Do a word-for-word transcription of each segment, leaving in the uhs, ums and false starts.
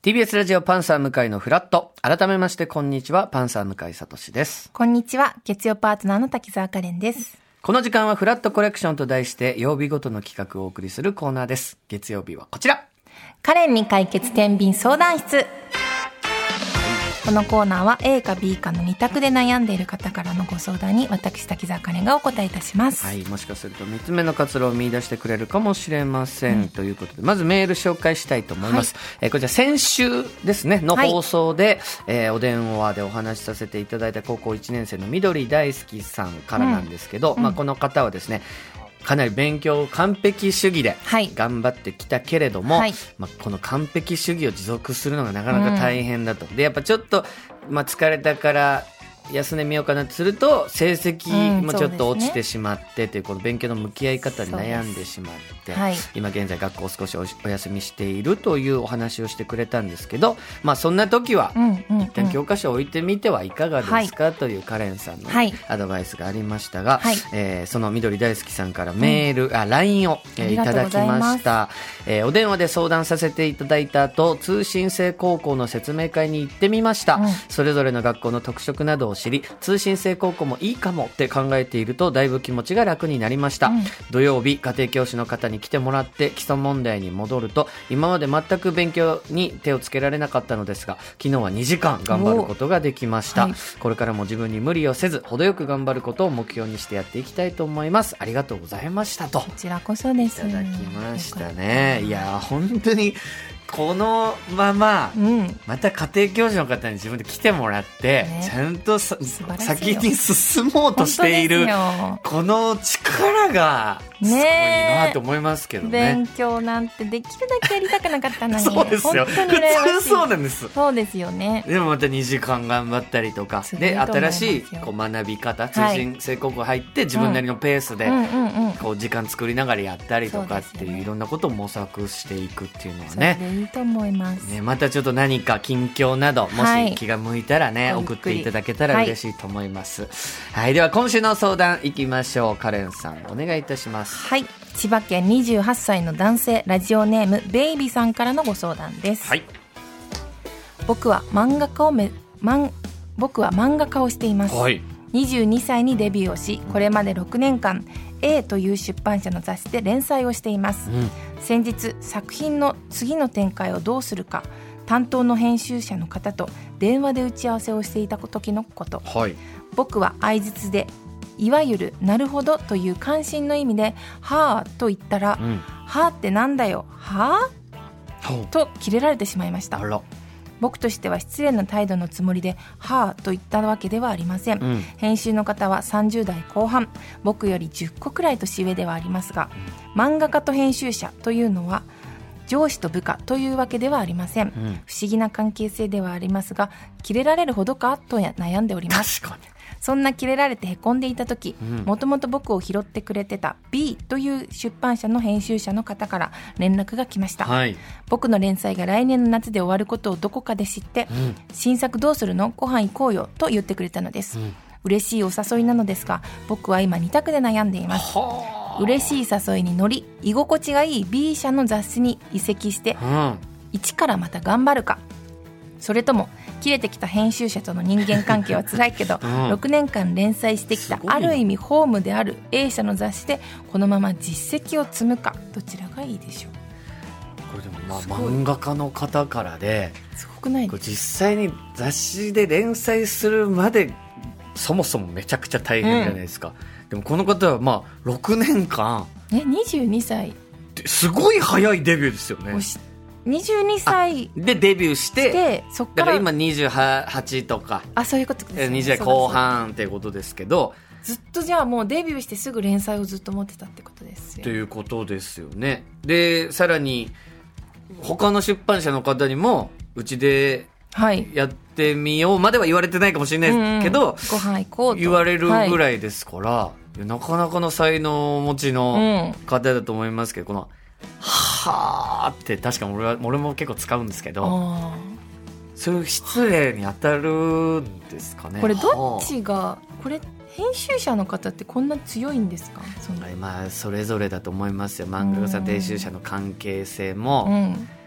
ティービーエス ラジオパンサー向井のフラット。改めましてこんにちは、パンサー向井聡です。 こんにちは、月曜パートナーの滝沢カレンです。 この時間はフラットコレクションと題して曜日ごとの企画をお送りするコーナーです。月曜日はこちら、 カレンに解決天秤相談室。このコーナーは A か B かのに択で悩んでいる方からのご相談に私滝沢カレンがお答えいたします。 はい、もしかするとみっつめの活路を見出してくれるかもしれません、うん、ということでまずメール紹介したいと思います、はい。えー、こちら先週ですねの放送で、はい、えー、お電話でお話しさせていただいた高校いちねん生の緑大好きさんからなんですけど、うん、まあ、この方はですねかなり勉強完璧主義で頑張ってきたけれども、はい、まあ、この完璧主義を持続するのがなかなか大変だと、うん、でやっぱちょっと、まあ、疲れたから休んでみようかなとすると成績もちょっと落ちてしまってという、この勉強の向き合い方に悩んでしまって、はい、今現在学校を少しお休みしているというお話をしてくれたんですけど、まあ、そんな時は一旦教科書を置いてみてはいかがですか、はい、というカレンさんのアドバイスがありましたが、はい、えー、その緑大好きさんからメール、うん、あ ライン を、えー、いただきました。えー、お電話で相談させていただいた後、通信制高校の説明会に行ってみました、うん、それぞれの学校の特色などを知り、通信制高校もいいかもって考えているとだいぶ気持ちが楽になりました、うん、土曜日家庭教師の方に来てもらって基礎問題に戻ると今まで全く勉強に手をつけられなかったのですが、昨日はにじかん頑張ることができました、はい、これからも自分に無理をせず程よく頑張ることを目標にしてやっていきたいと思います。ありがとうございましたと、 こちらこそです。 いただきましたね。いや本当にこのまま、うん、また家庭教師の方に自分で来てもらって、ね、ちゃんとさ先に進もうとしているこの力がすごいなと思いますけどね。 勉強なんてできるだけやりたくなかったのにそうですよ、 本当に羨ましい。 普通そうなんです。 そうですよね。 でもまたにじかん頑張ったりとかで新しいこう学び方、通信制高校入って自分なりのペースでこう時間作りながらやったりとかっていういろんなことを模索していくっていうのはね、 いいと思います、 ね、またちょっと何か近況などもし気が向いたらね、はい、送っていただけたら嬉しいと思います、はいはい、では今週の相談いきましょう。カレンさんお願いいたします。 はい、千葉県にじゅうはっさいの男性、ラジオネームベイビーさんからのご相談です、はい、僕は漫画家をめ、まん、僕は漫画家をしています、はい、にじゅうにさいにデビューをし、これまでろくねんかん A という出版社の雑誌で連載をしています、うん、先日作品の次の展開をどうするか担当の編集者の方と電話で打ち合わせをしていた時のこと、はい、僕は相槌でいわゆるなるほどという関心の意味ではぁと言ったら、うん、はぁってなんだよはぁとキレられてしまいました。あら、僕としては失礼な態度のつもりではぁと言ったわけではありません、うん、編集の方はさんじゅうだいこう半、僕よりじゅっこくらい年上ではありますが、うん、漫画家と編集者というのは上司と部下というわけではありません、うん、不思議な関係性ではありますが、キレられるほどかと悩んでおります。 確かにそんなキレられてへこんでいた時、もともと僕を拾ってくれてた B という出版社の編集者の方から連絡が来ました、はい、僕の連載が来年の夏で終わることをどこかで知って、うん、新作どうするの、ご飯行こうよと言ってくれたのです、うん、嬉しいお誘いなのですが、僕は今に択で悩んでいます。嬉しい誘いに乗り、居心地がいい B 社の雑誌に移籍して、うん、一からまた頑張るか、それとも切れてきた編集者との人間関係は辛いけど、うん、ろくねんかん連載してきたある意味ホームである A 社の雑誌でこのまま実績を積むか、どちらがいいでしょう。 これでもまあ漫画家の方からですごくないですか。 実際に雑誌で連載するまでそもそもめちゃくちゃ大変じゃないですか、うん、でもこの方はまあろくねんかん、 ね、にじゅうにさいすごい早いデビューですよね。 にじゅうにさいでデビューして、 してそっからだから今にじゅうはちとか、 あ、そういうことですね、 にじゅう代後半っていうことですけど、 ずっとじゃあもうデビューしてすぐ連載をずっと持ってたってことですよ。 ということですよね。でさらに他の出版社の方にもうちでやってみようまでは言われてないかもしれないけど、うんうん、 ご飯行こうと言われるぐらいですから、はい、なかなかの才能をお持ちの方だと思いますけど、うん、このはーって確かに 俺, は俺も結構使うんですけど、そういう失礼に当たるんですかね。 これどっちが、これ編集者の方ってこんな強いんですか。そのまあそれぞれだと思いますよ。漫画家さんと編集者の関係性も、うん、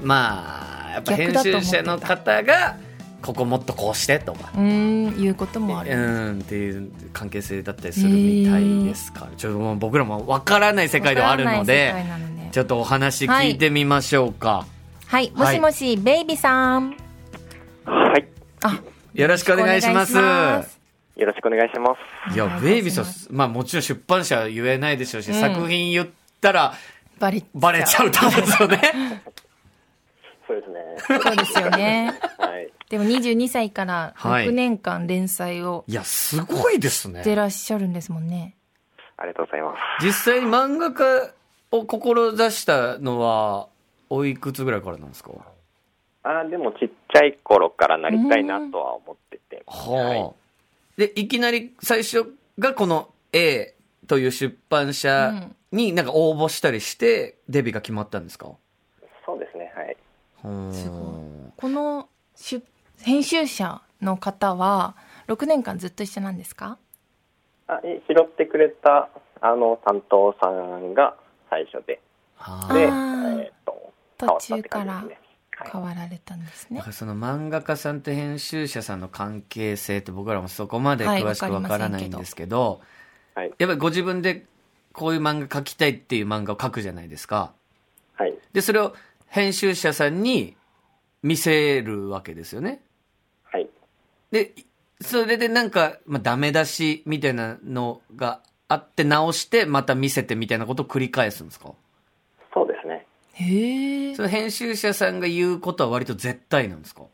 まあやっぱ編集者の方がここもっとこうしてとかうんいうこともあるうんっていう関係性だったりするみたいですから、えー、ちょっともう僕らも分からない世界ではあるのでちょっとお話聞いてみましょうか。 はい、はい、もしもし、はい、ベイビーさん。 はい。 あ、 よろしくお願いします。 よろしくお願いします。 いや、ベイビーさん、まあもちろん出版社は言えないでしょうし、うん、作品言ったらバレちゃう、バレちゃうってことですよね。 そうですね。 そうですよね。 はい。 でもにじゅうにさいからろくねんかん連載を、 はい、いや、すごいですね。 してらっしゃるんですもんね。 ありがとうございます。 実際に漫画家を志したのは、おいくつぐらいからなんですか？ あ、でもちっちゃい頃からなりたいなとは思ってて。 はあ。で、いきなり最初がこの A という出版社になんか応募したりしてデビューが決まったんですか？ そうですね、はい。 すごい。この編集者の方はろくねんかんずっと一緒なんですか？ あ、拾ってくれたあの担当さんが最初で、 はで、えー、と途中から変わられたんですね。 だからその漫画家さんと編集者さんの関係性って僕らもそこまで詳しくわからないんですけど、 はい、 やっぱりご自分でこういう漫画描きたいっていう漫画を描くじゃないですか。 はい。 で、それを編集者さんに見せるわけですよね。 はい。 で、それでなんか、まあ、ダメ出しみたいなのがあって直してまた見せてみたいなことを繰り返すんですか？ そうですね。 へえ。 その編集者さんが言うことは割と絶対なんですか？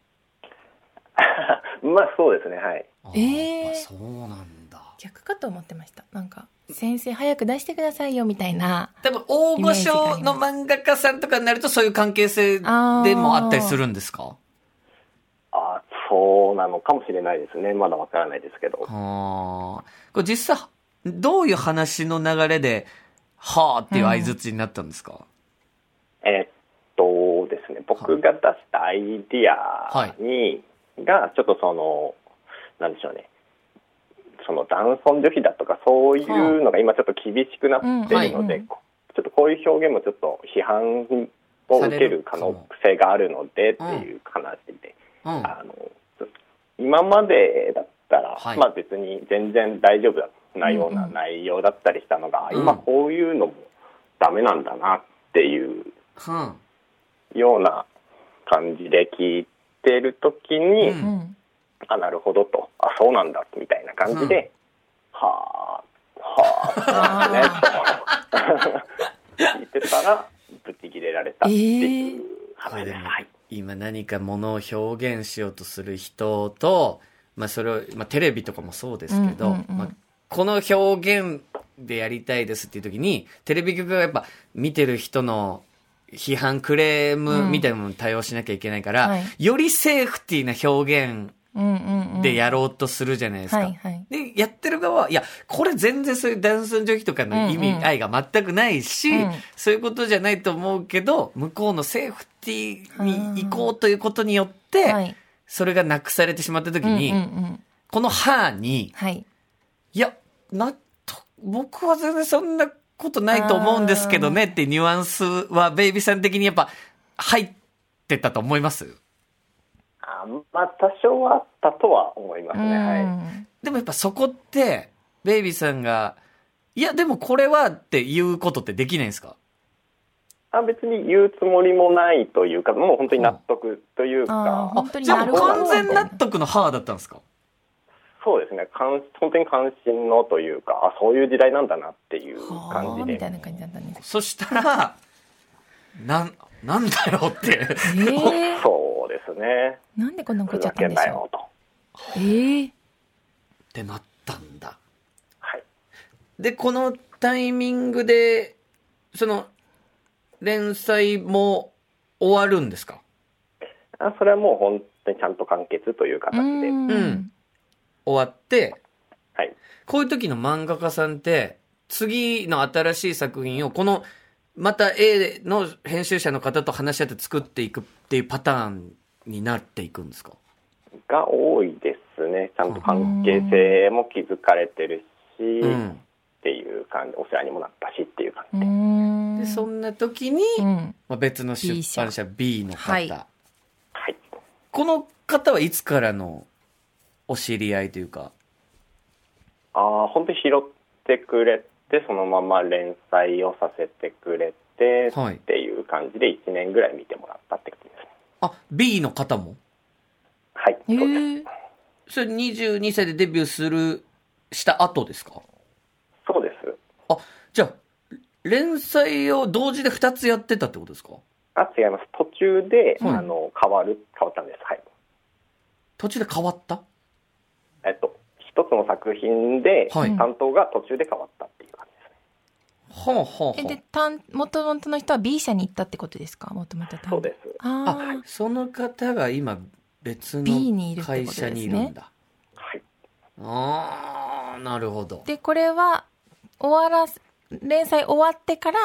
まあそうですね、はい。 ええー、 そうなんだ。 逆かと思ってました。なんか先生早く出してくださいよみたいな。 多分大御所の漫画家さんとかになるとそういう関係性でもあったりするんですか？ あ、そうなのかもしれないですね。まだわからないですけど。 はあ。これ実際どういう話の流れではあっていう相槌になったんですか？ うん、えー、っとですね、僕が出したアイディアに、はい、がちょっとそのなんでしょうね。その男尊女卑だとかそういうのが今ちょっと厳しくなっているので、うんはい、ちょっとこういう表現もちょっと批判を受ける可能性があるのでっていう話で、うんうん、あの今までだったら、はい、まあ別に全然大丈夫なような内容だったりしたのが、うんうん、今こういうのもダメなんだなっていうような感じで聞いてるときに、うんうん、あ、なるほどと、あ、そうなんだみたいな感じで、うん、はあはあねと聞いてたらブチ切れられたっていう話です。えーはい、 今何かものを表現しようとする人と、まあそれをまあテレビとかもそうですけど、うんうんうんまあ、この表現でやりたいですっていう時にテレビ局がやっぱ見てる人の批判クレームみたいなものに対応しなきゃいけないから、うんはい、よりセーフティーな表現でやろうとするじゃないですか、うんうんうんはいはい、でやってる側はいやこれ全然そういう男尊女卑とかの意味合いが全くないし、うんうん、そういうことじゃないと思うけど向こうのセーフティーに行こうということによって、はい、それがなくされてしまった時に、うんうんうん、この歯に、はい、いやな僕は全然そんなことないと思うんですけどねっていうニュアンスはベイビーさん的にやっぱ入ってたと思います？ あ、まあ多少はあったとは思いますね、はい、 でもやっぱそこってベイビーさんがいやでもこれはっていうことってできないんですか？ あ、別に言うつもりもないというかもう本当に納得というか、 本当にじゃあ完全納得の歯だったんですか？ そうですね、本当に関心のというか、あ、そういう時代なんだなっていう感じで、 みたいな感じだったんです。 そしたらなんなんだよって、えー、そうですね。 なんでこんなこと言っちゃったんでしょうと、えー、 ってなったんだ。 はい。 でこのタイミングでその連載も終わるんですか？ あ、それはもう本当にちゃんと完結という形で、うん、 うん終わって、 はい、 こういう時の漫画家さんって次の新しい作品をこのまた A の編集者の方と話し合って作っていくっていうパターンになっていくんですか？ が多いですね。ちゃんと関係性も築かれてるし、うん、っていう感じ、お世話にもなったしっていう感じで。 でそんな時に、うんまあ、別の出版社 B の方、はい、この方はいつからのお知り合いというか。 ああ、本当に拾ってくれてそのまま連載をさせてくれて、はい、っていう感じでいちねんぐらい見てもらったって感じですね。 あ、B の方も？ はい、そうです。 それにじゅうにさいでデビューするした後ですか？ そうです。 あ、じゃあ連載を同時でふたつやってたってことですか？ あ、違います。途中で、はい、あの変わる変わったんです。はい。 途中で変わった？ えっと一つの作品で、はい、担当が途中で変わったっていう感じですね。 はあはあはあ。 えで元々の人は B 社に行ったってことですか？元々 そうです。 ああ、その方が今別の会社にいるんだ。 はい。 ああ、なるほど。 でこれは終わら連載終わってから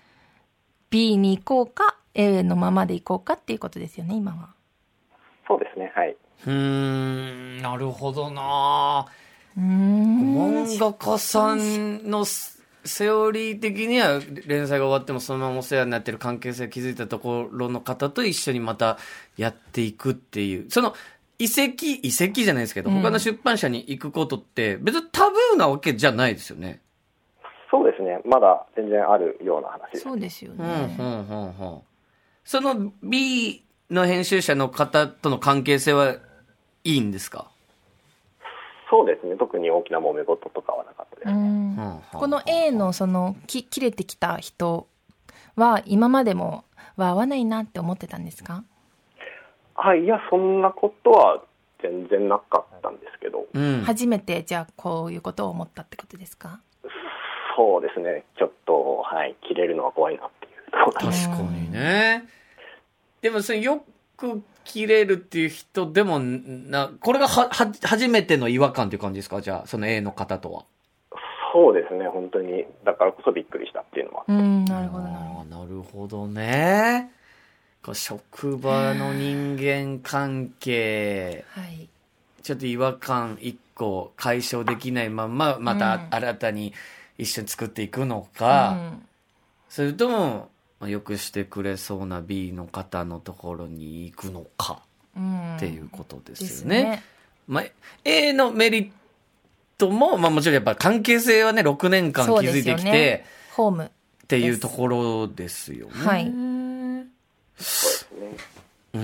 B に行こうか A のままで行こうかっていうことですよね、今は。 そうですね、はい。 うーん、なるほどな。 うーん、 漫画家さんのセオリー的には連載が終わってもそのままお世話になってる関係性を築いたところの方と一緒にまたやっていくっていう、その移籍移籍じゃないですけど、うん、他の出版社に行くことって別にタブーなわけじゃないですよね。 そうですね、まだ全然あるような話です。 そうですよね。 うんうんうんうん。その B の編集者の方との関係性はいいんですか？ そうですね、特に大きな揉め事とかはなかったですね。 うんうん、この A のそのき切れてきた人は今までもは合わないなって思ってたんですか？ あ、いや、そんなことは全然なかったんですけど、 うん、初めてじゃあこういうことを思ったってことですか？ そうですね、ちょっと、はい、切れるのは怖いなっていう。 確かにね。でもそれよく切れるっていう人でもな、これがはは初めての違和感っていう感じですか？じゃあその A の方とは。 そうですね、本当にだからこそびっくりしたっていうのは。 うん、なるほどなるほど。なるほどね。職場の人間関係、はい、ちょっと違和感一個解消できないまままた新たに一緒に作っていくのか、うん、それともよくしてくれそうな B の方のところに行くのか、うん、っていうことですよね。ですね。まあ、A のメリットも、まあ、もちろんやっぱ関係性はねろくねんかん築いてきて、ね、 ホームっていうところですよね。 はい。 そうですね。 うん。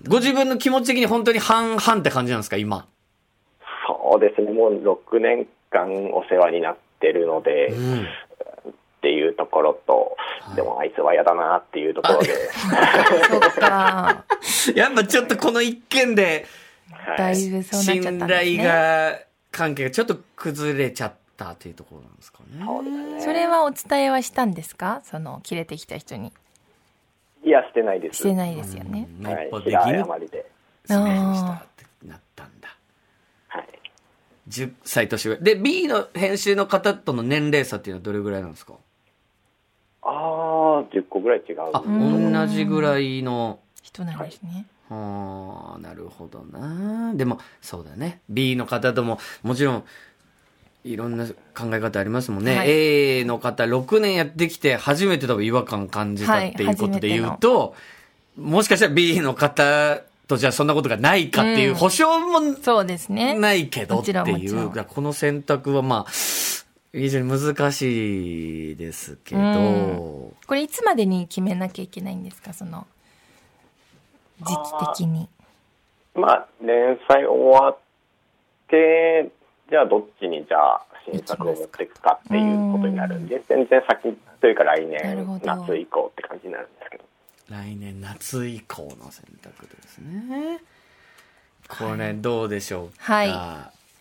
ご自分の気持ち的に本当に半々って感じなんですか、今？ そうですね。もうろくねんかんお世話になってるので、うん、っていうところと、はい、でもあいつは嫌だなっていうところで。 そっか。 やっぱちょっとこの一件で、 だいぶそうなっちゃったんですね。 信頼が関係がちょっと崩れちゃったっていうところなんですかね。 そうですね。 それはお伝えはしたんですか？その切れてきた人に。 いや、してないです。 してないですよね。 はい、平謝りで。 そうしたってなったんだ。 はい。 じゅっさい年上。で、B の編集の方との年齢差っていうのはどれぐらいなんですか？ ああ、じゅっこぐらい違う。 あ、同じぐらいの人なんですね。 はあ、なるほどな。でも、そうだね。B の方とも、もちろん、いろんな考え方ありますもんね。はい、A の方ろくねんやってきて初めて多分違和感感じたっていうことで言うと、はい、もしかしたら B の方とじゃあそんなことがないかっていう保証も、うん、 そうですね。 ないけどっていう、この選択はまあ非常に難しいですけど、うん、 これいつまでに決めなきゃいけないんですか、その時期的に。 まあ連載終わってじゃあどっちにじゃあ新作を持っていくかっていうことになるんで、全然先というか来年夏以降って感じになるんですけど。 来年夏以降の選択ですね。これどうでしょうか、はい、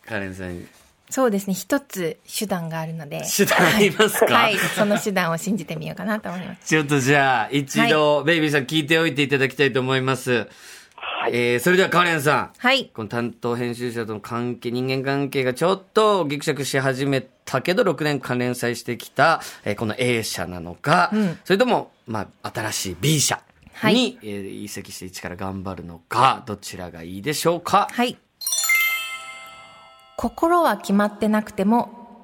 カレンさん。 そうですね、一つ手段があるので。 手段ありますか？ はい、その手段を信じてみようかなと思います。 ちょっとじゃあ一度、はい、ベイビーさん聞いておいていただきたいと思います。はい、えー、それではカレンさん、 はい、 この担当編集者との関係、人間関係がちょっとギクシャクし始めたけどろくねんかん連載してきた、えー、この A 社なのか、うん、それとも、まあ、新しい B 社に、はい、えー、移籍して一から頑張るのか、どちらがいいでしょうか？ はい。心は決まってなくても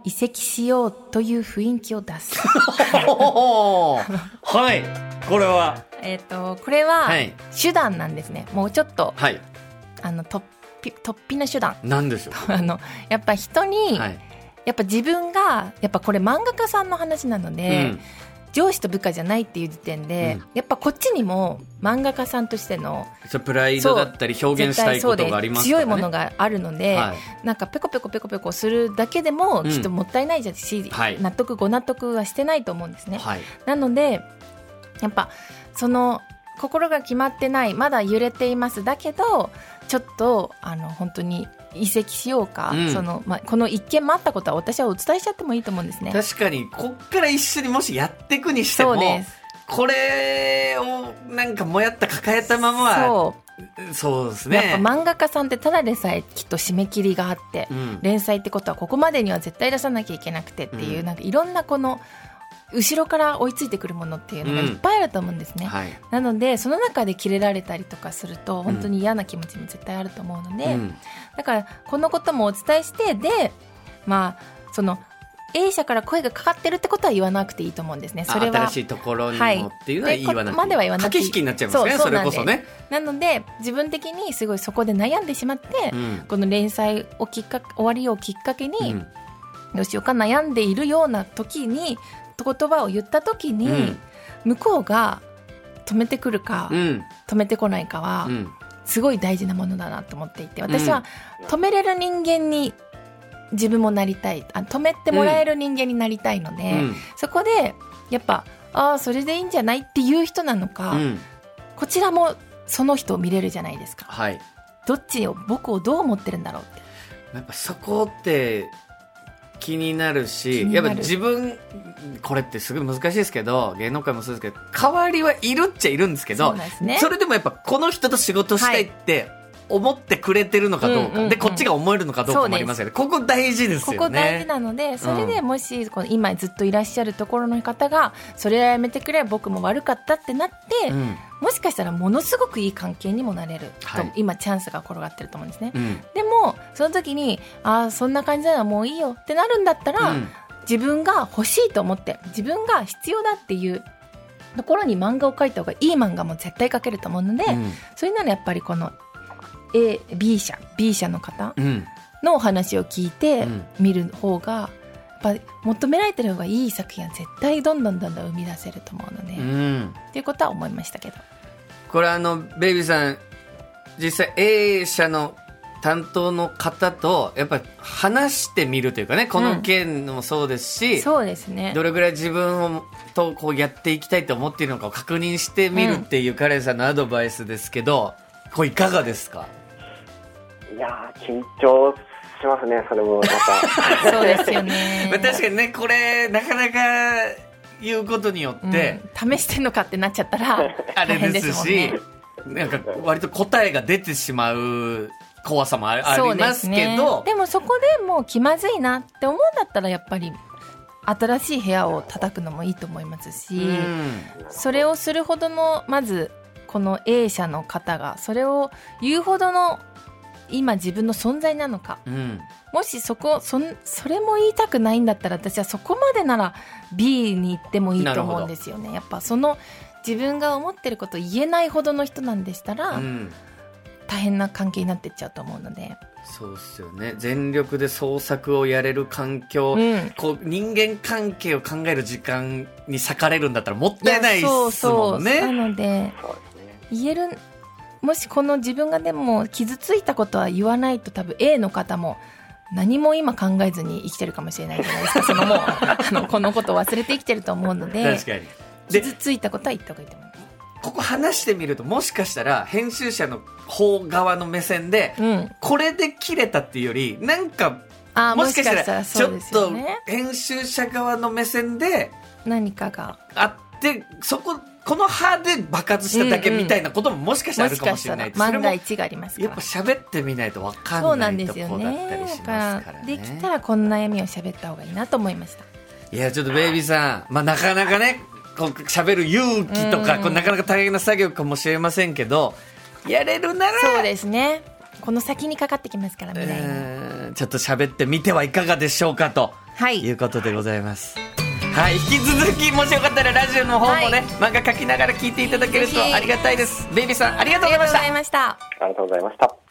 移籍しようという雰囲気を出すはいこれはえっとこれは手段なんですね、はい、もうちょっと、はい、あの突飛突飛な手段なんでしょうあのやっぱ人に、はい、やっぱ自分がやっぱこれ漫画家さんの話なので、うん、上司と部下じゃないっていう時点で、うん、やっぱこっちにも漫画家さんとしてのプライドだったり表現したいことがありますからね。 強いものがあるので、はい、なんかペコペコペコペコするだけでもきっともったいないじゃし、うんはい、納得ご納得はしてないと思うんですね、はい、なのでやっぱその心が決まってないまだ揺れていますだけどちょっとあの本当に移籍しようか、うんそのまあ、この一件もあったことは私はお伝えしちゃってもいいと思うんですね。 確かにこっから一緒にもしやっていくにしてもそうですこれをなんかもやった抱えたままはそうそうですね。 やっぱ漫画家さんってただでさえきっと締め切りがあって、うん、連載ってことはここまでには絶対出さなきゃいけなくてっていう、うん、なんかいろんなこの後ろから追いついてくるものっていうのがいっぱいあると思うんですね、うんはい、なのでその中でキレられたりとかすると本当に嫌な気持ちも絶対あると思うので、うん、だからこのこともお伝えしてでまあその A 社から声がかかってるってことは言わなくていいと思うんですね。それは新しいところにもっていうのは言わなくていい、 までは言わなくていい。 駆け引きになっちゃいますね。そうそうそれこそね。 なので自分的にすごいそこで悩んでしまって、うん、この連載をきっかけ終わりをきっかけに、うん、どうしようか悩んでいるような時に言葉を言った時に、うん、向こうが止めてくるか、うん、止めてこないかは、うん、すごい大事なものだなと思っていて私は止めれる人間に自分もなりたいあ止めてもらえる人間になりたいので、うん、そこでやっぱああそれでいいんじゃないっていう人なのか、うん、こちらもその人を見れるじゃないですか、はい、どっちを僕をどう思ってるんだろうってやっぱそこって気になるしやっぱ自分これってすごい難しいですけど芸能界もそうですけど代わりはいるっちゃいるんですけど そ, です、ね、それでもやっぱこの人と仕事したいって思ってくれてるのかどうか、うんうんうん、でこっちが思えるのかどうかもありますよね。ここ大事ですよね。 ここ大事なのでそれでもし、うん、この今ずっといらっしゃるところの方がそれはやめてくれ僕も悪かったってなって、うん、もしかしたらものすごくいい関係にもなれると、はい、今チャンスが転がってると思うんですね、うん、でもその時にあそんな感じならもういいよってなるんだったら、うん、自分が欲しいと思って自分が必要だっていうところに漫画を描いた方がいい漫画も絶対描けると思うので、うん、そういうのはやっぱりこのA、B 社 B 社の方のお話を聞いて見る方がやっぱ求められてる方がいい作品は絶対どんどんどんどん生み出せると思うので、うん、っていうことは思いましたけどこれあのベイビーさん実際 A 社の担当の方とやっぱり話してみるというかねこの件もそうですし、うん、 そうですねどれぐらい自分をとこうやっていきたいと思っているのかを確認してみるっていうカレンさんのアドバイスですけど、うん、これいかがですか？ いや緊張しますねそれもまたそうですよね確かにねこれなかなか言うことによって、 うん、試してんのかってなっちゃったらあれですしなんか割と答えが出てしまう怖さも あ, ありますけどで,、ね、でもそこでもう気まずいなって思うんだったらやっぱり新しい部屋を叩くのもいいと思いますし、うん、それをするほどのまずこの A 社の方がそれを言うほどの今自分の存在なのか、うん、もしそこ そ, それも言いたくないんだったら私はそこまでなら B に行ってもいいと思うんですよね。やっぱその自分が思ってることを言えないほどの人なんでしたら、うん、大変な関係になっていっちゃうと思うのでそうですよね。全力で創作をやれる環境、うん、こう人間関係を考える時間に割かれるんだったらもったいないですもんね。そうそうなので言えるもしこの自分がでも傷ついたことは言わないと多分 A の方も何も今考えずに生きてるかもしれないじゃないですかそのもうあのこのことを忘れて生きてると思うので確かにで傷ついたことは言った方がいいと思います。 ここ話してみるともしかしたら編集者の方側の目線で、うん、これで切れたっていうよりなんかあもしかしたらちょっと編集者側の目線で何かがあってそここの歯で爆発しただけみたいなことももしかしたらあるかもしれない、うんうん、 万が一がありますからやっぱ喋ってみないと分かんないところだったりしますからね。 できたらこの悩みを喋った方がいいなと思いました。 いやちょっとベイビーさん、まあ、なかなかねこう喋る勇気とか、うん、これなかなか大変な作業かもしれませんけどやれるならそうですねこの先にかかってきますから未来に、 えー、ちょっと喋ってみてはいかがでしょうかとはい、 いうことでございます。はい、引き続きもしよかったらラジオの方もね、はい、漫画描きながら聞いていただけるとありがたいです。ベイビーさんありがとうございました。 ありがとうございました。